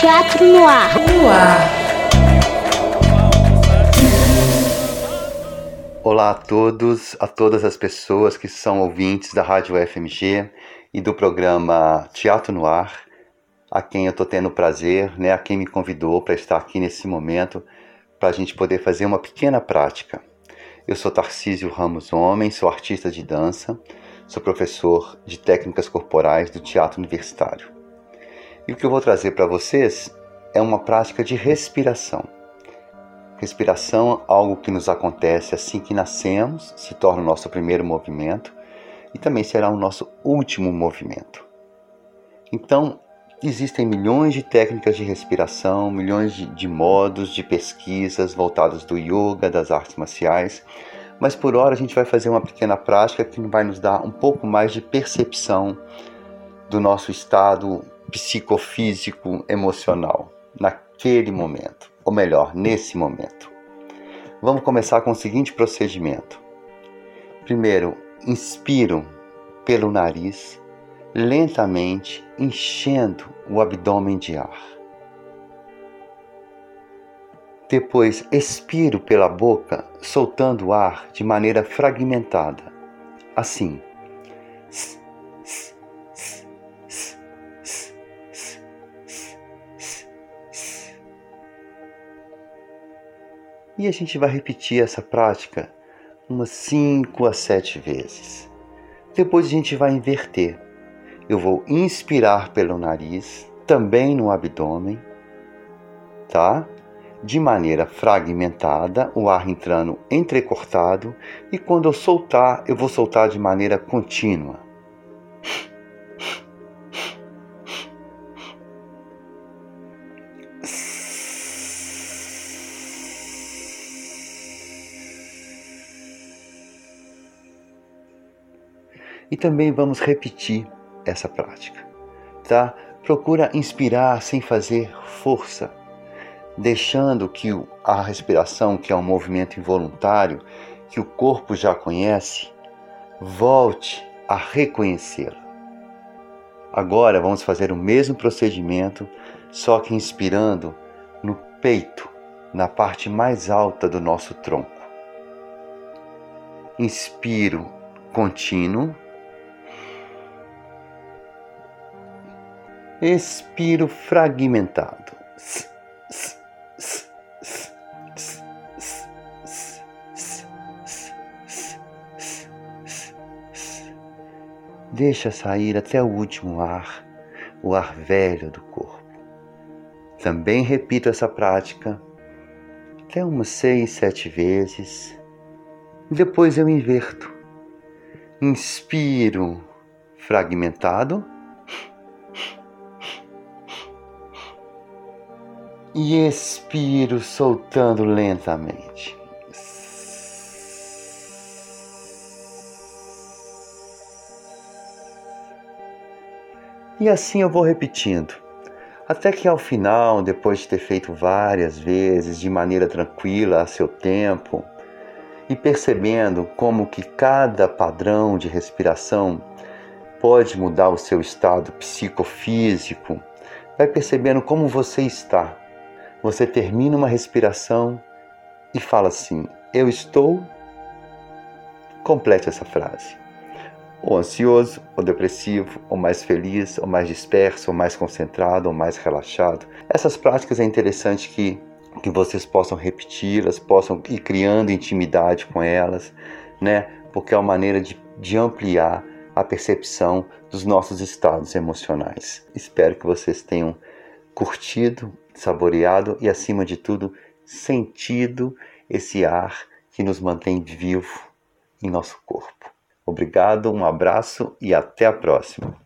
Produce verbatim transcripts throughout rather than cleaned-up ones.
Teatro no ar. No ar. Olá a todos, a todas as pessoas que são ouvintes da Rádio F M G e do programa Teatro no Ar, a quem eu estou tendo o prazer, né, a quem me convidou para estar aqui nesse momento, para a gente poder fazer uma pequena prática. Eu sou Tarcísio Ramos Homem, sou artista de dança, sou professor de técnicas corporais do Teatro Universitário. E o que eu vou trazer para vocês é uma prática de respiração. Respiração é algo que nos acontece assim que nascemos, se torna o nosso primeiro movimento e também será o nosso último movimento. Então, existem milhões de técnicas de respiração, milhões de, de modos de pesquisas voltados do yoga, das artes marciais, mas por hora a gente vai fazer uma pequena prática que vai nos dar um pouco mais de percepção do nosso estado psicofísico, emocional, naquele momento, ou melhor, nesse momento. Vamos começar com o seguinte procedimento. Primeiro, inspiro pelo nariz, lentamente enchendo o abdômen de ar. Depois, expiro pela boca, soltando o ar de maneira fragmentada, assim. E a gente vai repetir essa prática umas cinco a sete vezes. Depois a gente vai inverter. Eu vou inspirar pelo nariz, também no abdômen, tá? De maneira fragmentada, o ar entrando entrecortado, e quando eu soltar, eu vou soltar de maneira contínua. E também vamos repetir essa prática, tá? Procura inspirar sem fazer força, deixando que a respiração, que é um movimento involuntário, que o corpo já conhece, volte a reconhecê-la. Agora vamos fazer o mesmo procedimento, só que inspirando no peito, na parte mais alta do nosso tronco. Inspiro contínuo. Expiro fragmentado. Deixa sair até o último ar, o ar velho do corpo. Também repito essa prática até umas seis, sete vezes. Depois eu inverto. Inspiro fragmentado. E expiro soltando lentamente. E assim eu vou repetindo, até que ao final, depois de ter feito várias vezes, de maneira tranquila, a seu tempo, e percebendo como que cada padrão de respiração pode mudar o seu estado psicofísico, vai percebendo como você está. Você termina uma respiração e fala assim: eu estou, complete essa frase. Ou ansioso, ou depressivo, ou mais feliz, ou mais disperso, ou mais concentrado, ou mais relaxado. Essas práticas é interessante que, que vocês possam repeti-las, possam ir criando intimidade com elas, né? Porque é uma maneira de, de ampliar a percepção dos nossos estados emocionais. Espero que vocês tenham curtido, saboreado e, acima de tudo, sentido esse ar que nos mantém vivo em nosso corpo. Obrigado, um abraço e até a próxima.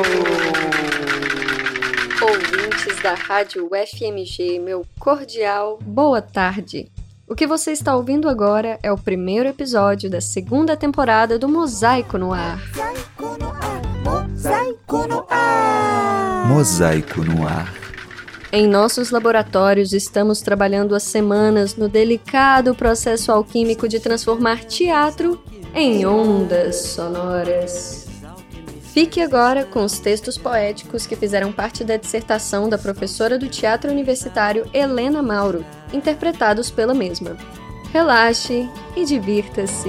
Ouvintes da Rádio F M G, meu cordial boa tarde. O que você está ouvindo agora é o primeiro episódio da segunda temporada do Mosaico no Ar. Mosaico no ar, mosaico no ar. Mosaico no ar. Em nossos laboratórios, estamos trabalhando há semanas no delicado processo alquímico de transformar teatro em ondas sonoras. Fique agora com os textos poéticos que fizeram parte da dissertação da professora do Teatro Universitário Helena Mauro, interpretados pela mesma. Relaxe e divirta-se.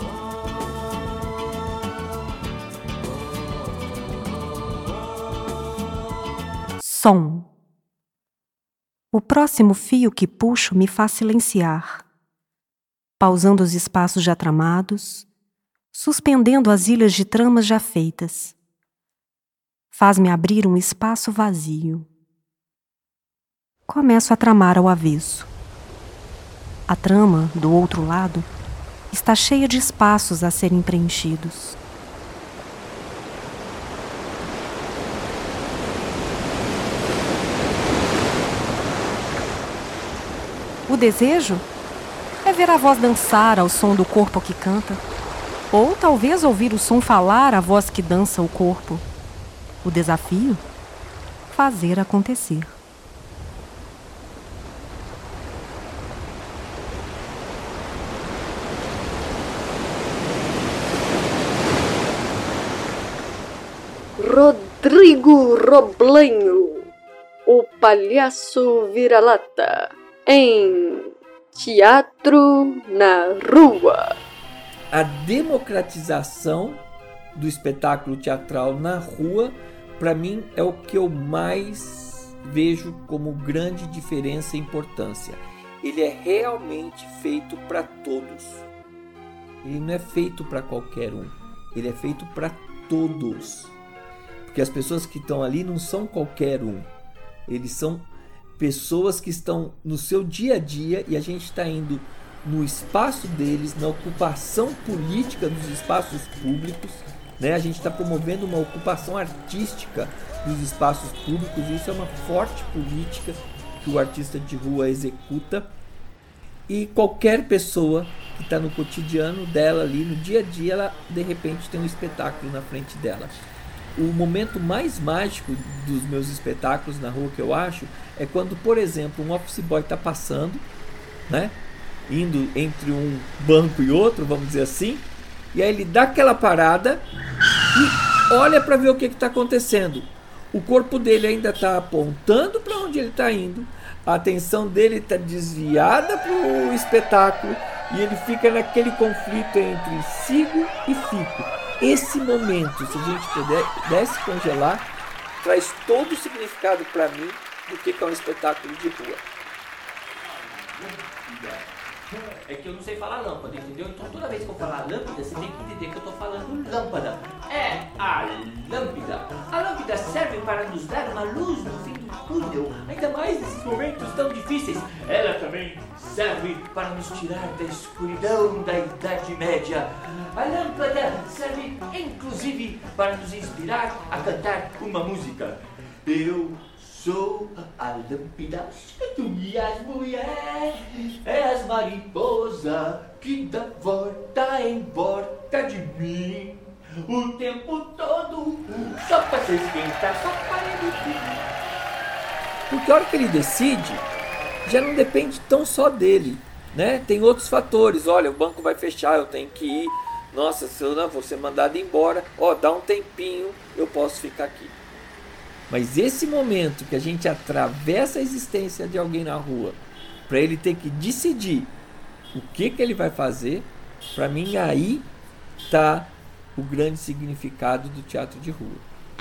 Som. O próximo fio que puxo me faz silenciar, pausando os espaços já tramados, suspendendo as ilhas de tramas já feitas. Faz-me abrir um espaço vazio. Começo a tramar ao avesso. A trama, do outro lado, está cheia de espaços a serem preenchidos. O desejo é ver a voz dançar ao som do corpo que canta, ou talvez ouvir o som falar à voz que dança o corpo. O desafio? Fazer acontecer. Rodrigo Roblenho, o palhaço vira-lata, em Teatro na Rua. A democratização do espetáculo teatral na rua, para mim, é o que eu mais vejo como grande diferença e importância. Ele é realmente feito para todos. Ele não é feito para qualquer um. Ele é feito para todos. Porque as pessoas que estão ali não são qualquer um. Eles são pessoas que estão no seu dia a dia e a gente está indo no espaço deles, na ocupação política dos espaços públicos, né? A gente está promovendo uma ocupação artística dos espaços públicos, e isso é uma forte política que o artista de rua executa. E qualquer pessoa que está no cotidiano dela ali, no dia a dia, ela de repente tem um espetáculo na frente dela. O momento mais mágico dos meus espetáculos na rua, que eu acho, é quando, por exemplo, um office boy está passando, né, indo entre um banco e outro, vamos dizer assim, e aí ele dá aquela parada e olha para ver o que está acontecendo. O corpo dele ainda está apontando para onde ele está indo, a atenção dele está desviada para o espetáculo e ele fica naquele conflito entre sigo e fico. Esse momento, se a gente pudesse congelar, traz todo o significado para mim do que é um espetáculo de rua. É que eu não sei falar lâmpada, entendeu? Então toda vez que eu falar lâmpada, você tem que entender que eu tô falando lâmpada. É a lâmpada. A lâmpada serve para nos dar uma luz no fim do túnel, ainda mais nesses momentos tão difíceis. Ela também serve para nos tirar da escuridão da Idade Média. A lâmpada serve inclusive para nos inspirar a cantar uma música. Eu sou a lâmpada e as mulheres, é as mariposas que dá volta em volta de mim o tempo todo, só para se esquentar, só para ele. Porque a hora que ele decide, já não depende tão só dele, né? Tem outros fatores. Olha, o banco vai fechar, eu tenho que ir. Nossa, se eu não vou ser mandado embora, ó, dá um tempinho, eu posso ficar aqui. Mas esse momento que a gente atravessa a existência de alguém na rua, para ele ter que decidir o que, que ele vai fazer, para mim aí está o grande significado do teatro de rua.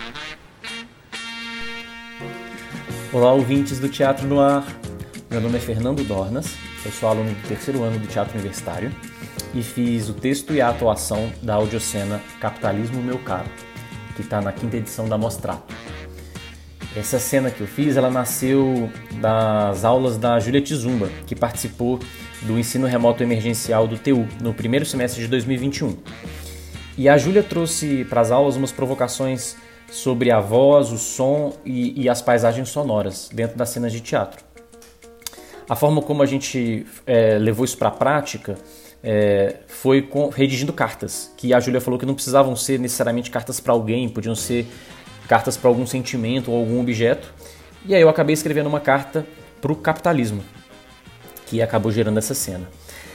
Olá, ouvintes do Teatro no Ar. Meu nome é Fernando Dornas, eu sou aluno do terceiro ano do Teatro Universitário e fiz o texto e a atuação da audiocena Capitalismo Meu Caro, que está na quinta edição da Mostrato. Essa cena que eu fiz, ela nasceu das aulas da Juliette Zumba, que participou do ensino remoto emergencial do T U no primeiro semestre de dois mil e vinte e um. E a Júlia trouxe para as aulas umas provocações sobre a voz, o som e, e as paisagens sonoras dentro das cenas de teatro. A forma como a gente é, levou isso para a prática é, foi com, redigindo cartas, que a Júlia falou que não precisavam ser necessariamente cartas para alguém, podiam ser cartas para algum sentimento ou algum objeto. E aí eu acabei escrevendo uma carta para o capitalismo, que acabou gerando essa cena.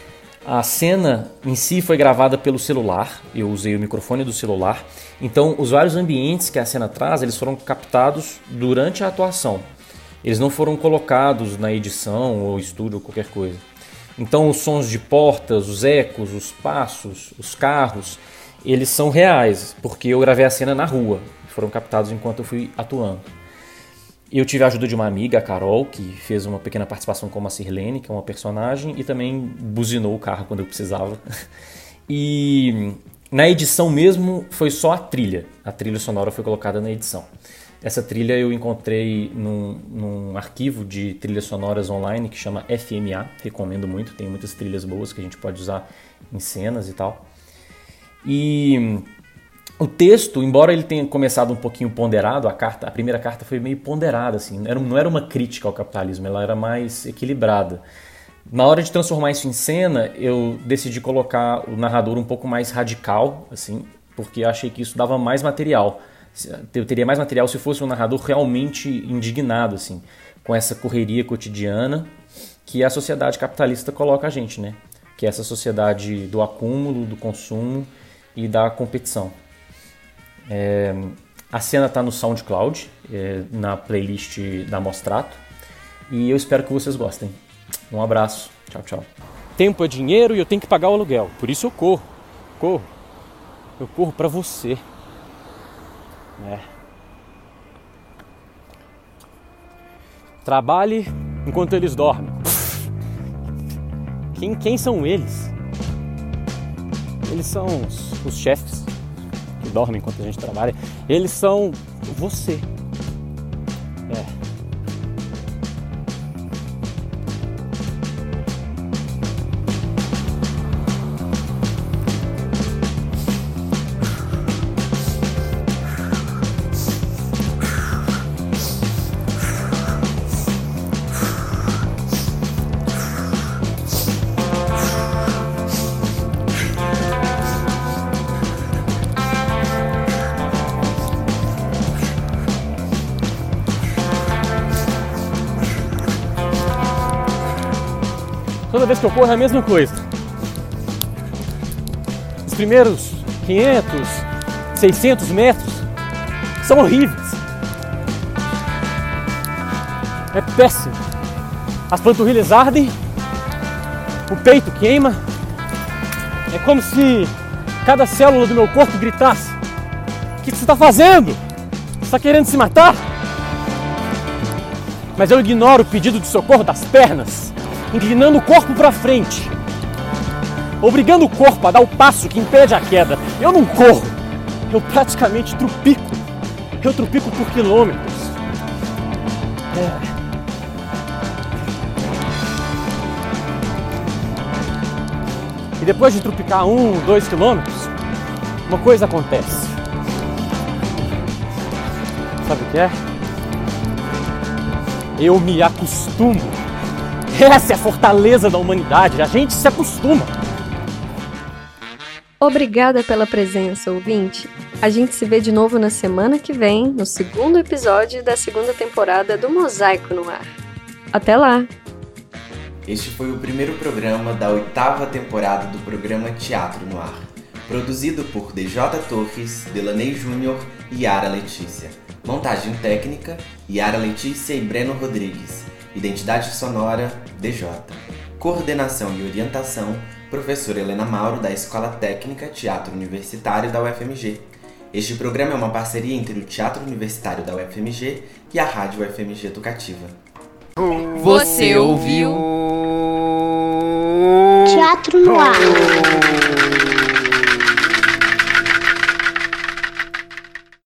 A cena em si foi gravada pelo celular, eu usei o microfone do celular, então os vários ambientes que a cena traz, eles foram captados durante a atuação. Eles não foram colocados na edição ou estúdio ou qualquer coisa. Então os sons de portas, os ecos, os passos, os carros, eles são reais, porque eu gravei a cena na rua, foram captados enquanto eu fui atuando. Eu tive a ajuda de uma amiga, a Carol, que fez uma pequena participação como a Sirlene, que é uma personagem, e também buzinou o carro quando eu precisava. E na edição mesmo foi só a trilha. A trilha sonora foi colocada na edição. Essa trilha eu encontrei num, num arquivo de trilhas sonoras online que chama F M A. Recomendo muito, tem muitas trilhas boas que a gente pode usar em cenas e tal. E o texto, embora ele tenha começado um pouquinho ponderado, a, carta, a primeira carta foi meio ponderada, assim, era, não era uma crítica ao capitalismo, ela era mais equilibrada. Na hora de transformar isso em cena, eu decidi colocar o narrador um pouco mais radical, assim, porque achei que isso dava mais material. Eu teria mais material se fosse um narrador realmente indignado, assim, com essa correria cotidiana que a sociedade capitalista coloca a gente, né? Que é essa sociedade do acúmulo, do consumo e da competição. É, a cena está no SoundCloud, é, na playlist da Mostrato, e eu espero que vocês gostem. Um abraço, tchau, tchau. Tempo é dinheiro e eu tenho que pagar o aluguel, por isso eu corro, corro, eu corro para você. É. Trabalhe enquanto eles dormem. Quem, quem são eles? Eles são os, os chefes que dormem enquanto a gente trabalha. Eles são você. É. Toda vez que eu corro é a mesma coisa. Os primeiros quinhentos, seiscentos metros são horríveis. É péssimo. As panturrilhas ardem, o peito queima. É como se cada célula do meu corpo gritasse: o que você está fazendo? Você está querendo se matar? Mas eu ignoro o pedido de socorro das pernas, inclinando o corpo para frente, obrigando o corpo a dar o passo que impede a queda. Eu não corro, eu praticamente trupico. Eu trupico por quilômetros. É. E depois de trupicar um, dois quilômetros, uma coisa acontece. Sabe o que é? Eu me acostumo. Essa é a fortaleza da humanidade, a gente se acostuma. Obrigada pela presença, ouvinte. A gente se vê de novo na semana que vem, no segundo episódio da segunda temporada do Mosaico no Ar. Até lá! Este foi o primeiro programa da oitava temporada do programa Teatro no Ar, produzido por D J Torres, Delaney Júnior e Yara Letícia. Montagem técnica, Yara Letícia e Breno Rodrigues. Identidade sonora, D J. Coordenação e orientação, professora Helena Mauro, da Escola Técnica Teatro Universitário da U F M G. Este programa é uma parceria entre o Teatro Universitário da U F M G e a Rádio U F M G Educativa. Você ouviu? Teatro no Ar.